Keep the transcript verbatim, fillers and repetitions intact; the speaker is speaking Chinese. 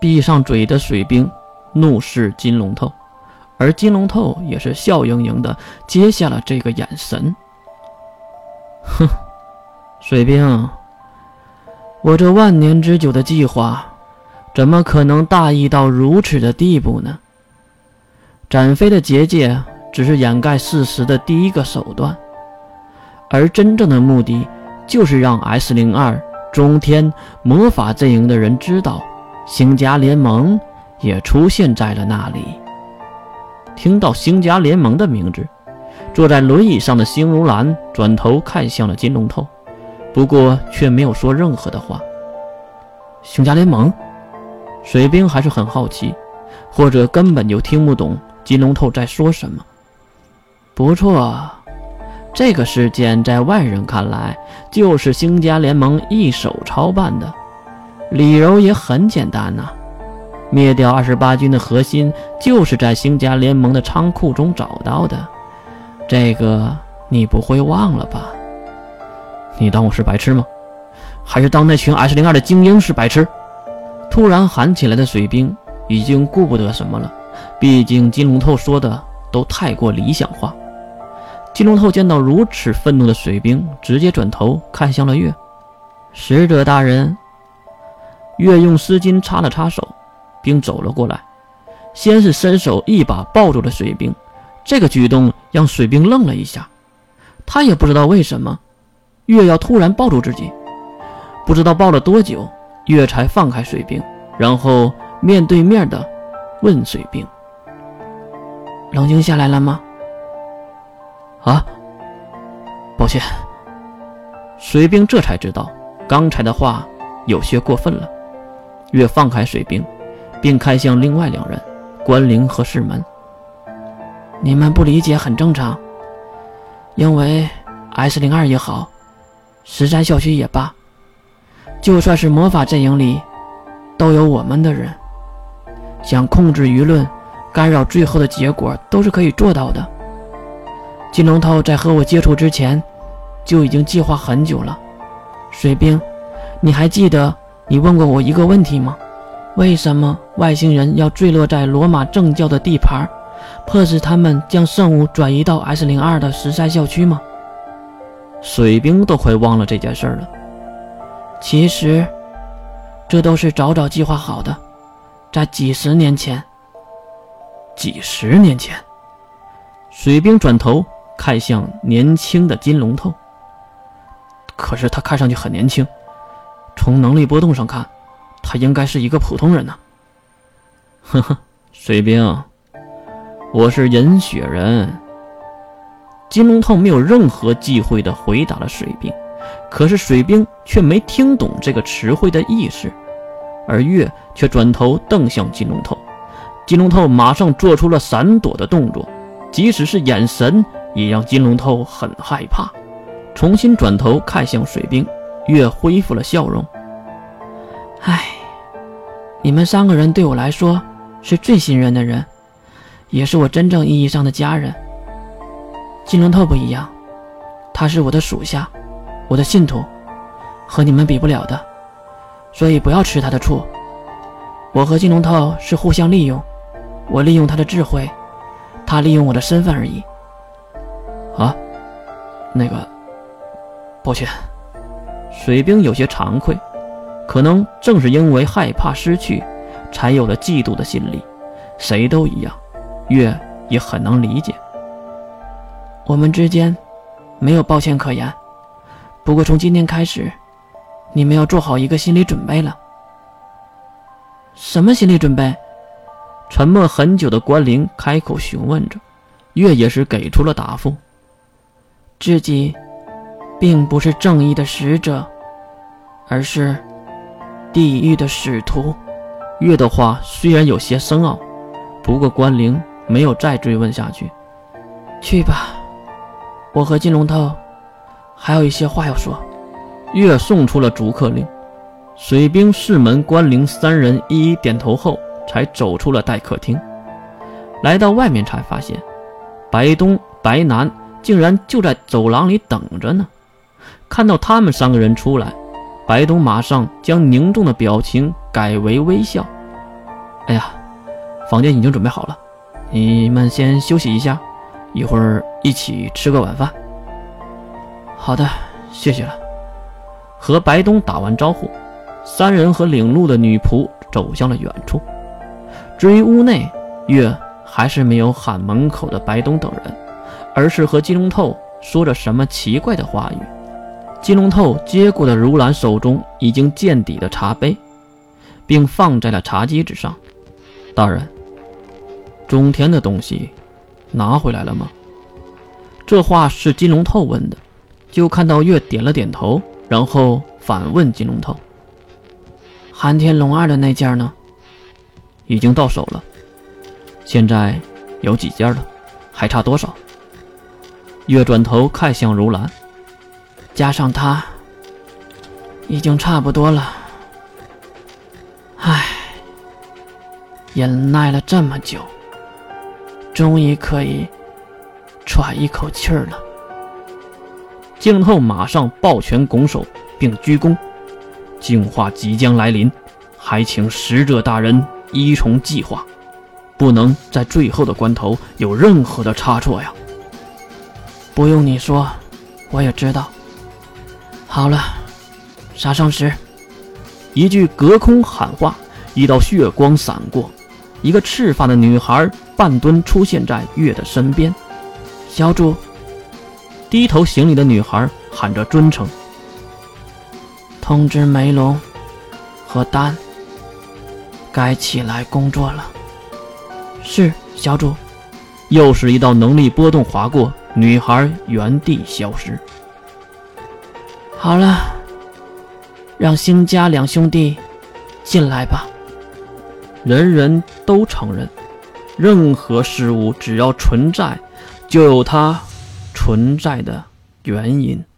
闭上嘴的水兵怒视金龙头，而金龙头也是笑盈盈的接下了这个眼神。哼，水兵，我这万年之久的计划怎么可能大意到如此的地步呢？展飞的结界只是掩盖事实的第一个手段，而真正的目的就是让 S 零二 中天魔法阵营的人知道星家联盟也出现在了那里。听到星家联盟的名字，坐在轮椅上的星如兰转头看向了金龙头，不过却没有说任何的话。星家联盟？水兵还是很好奇，或者根本就听不懂金龙头在说什么。不错，这个事件在外人看来就是星家联盟一手操办的，理由也很简单呐、啊，灭掉二十八军的核心就是在星家联盟的仓库中找到的，这个你不会忘了吧？你当我是白痴吗？还是当那群 S 零二 的精英是白痴？突然喊起来的水兵已经顾不得什么了，毕竟金龙头说的都太过理想化。金龙头见到如此愤怒的水兵，直接转头看向了月。使者大人。月用丝巾擦了擦手，并走了过来，先是伸手一把抱住了水兵，这个举动让水兵愣了一下，他也不知道为什么月要突然抱住自己，不知道抱了多久，月才放开水兵，然后面对面的问水兵：冷静下来了吗？啊，抱歉。水兵这才知道刚才的话有些过分了。月放开水兵，并看向另外两人，关灵和世门。你们不理解很正常，因为 S 零二 也好，十三校区也罢，就算是魔法阵营里都有我们的人，想控制舆论，干扰最后的结果都是可以做到的。金龙头在和我接触之前就已经计划很久了。水兵，你还记得你问过我一个问题吗？为什么外星人要坠落在罗马正教的地盘，迫使他们将圣物转移到 S 零二 的十三校区吗？水兵都快忘了这件事了。其实这都是早早计划好的，在几十年前。几十年前？水兵转头看向年轻的金龙头，可是他看上去很年轻，从能力波动上看，他应该是一个普通人呢、啊。呵呵，水兵，我是银雪人。金龙头没有任何忌讳地回答了水兵，可是水兵却没听懂这个词汇的意思，而月却转头瞪向金龙头。金龙头马上做出了闪躲的动作，即使是眼神也让金龙头很害怕。重新转头看向水兵，月恢复了笑容。唉，你们三个人对我来说是最信任的人，也是我真正意义上的家人。金龙头不一样，他是我的属下，我的信徒，和你们比不了的，所以不要吃他的醋。我和金龙头是互相利用，我利用他的智慧，他利用我的身份而已。啊，那个，抱歉。水兵有些惭愧，可能正是因为害怕失去，才有了嫉妒的心理。谁都一样，月也很能理解。我们之间没有抱歉可言，不过从今天开始，你们要做好一个心理准备了。什么心理准备？沉默很久的关灵开口询问着，月也是给出了答复。自己并不是正义的使者，而是地狱的使徒。月的话虽然有些深奥，不过关灵没有再追问下去。去吧，我和金龙头还有一些话要说。月送出了逐客令，水兵、士门、关灵三人一一点头后，才走出了待客厅。来到外面才发现，白东、白南竟然就在走廊里等着呢。看到他们三个人出来，白东马上将凝重的表情改为微笑， 哎呀，房间已经准备好了，你们先休息一下，一会儿一起吃个晚饭。好的，谢谢了。和白东打完招呼，三人和领路的女仆走向了远处。至于屋内，月还是没有喊门口的白东等人，而是和金龙透说着什么奇怪的话语。金龙透接过了如兰手中已经见底的茶杯，并放在了茶几之上。大人，种田的东西拿回来了吗？这话是金龙透问的，就看到月点了点头，然后反问金龙透：寒天龙二的那件呢？已经到手了。现在有几件了？还差多少？月转头看向如兰，加上他已经差不多了。唉，忍耐了这么久，终于可以喘一口气儿了。金龙透马上抱拳拱手并鞠躬，净化即将来临，还请使者大人依从计划，不能在最后的关头有任何的差错呀。不用你说，我也知道。好了，杀生石。一句隔空喊话，一道血光闪过，一个赤发的女孩半蹲出现在月的身边。小主。低头行礼的女孩喊着尊称。通知梅龙和丹该起来工作了。是，小主。又是一道能力波动划过，女孩原地消失。好了，让星家两兄弟进来吧。人人都承认，任何事物只要存在，就有它存在的原因。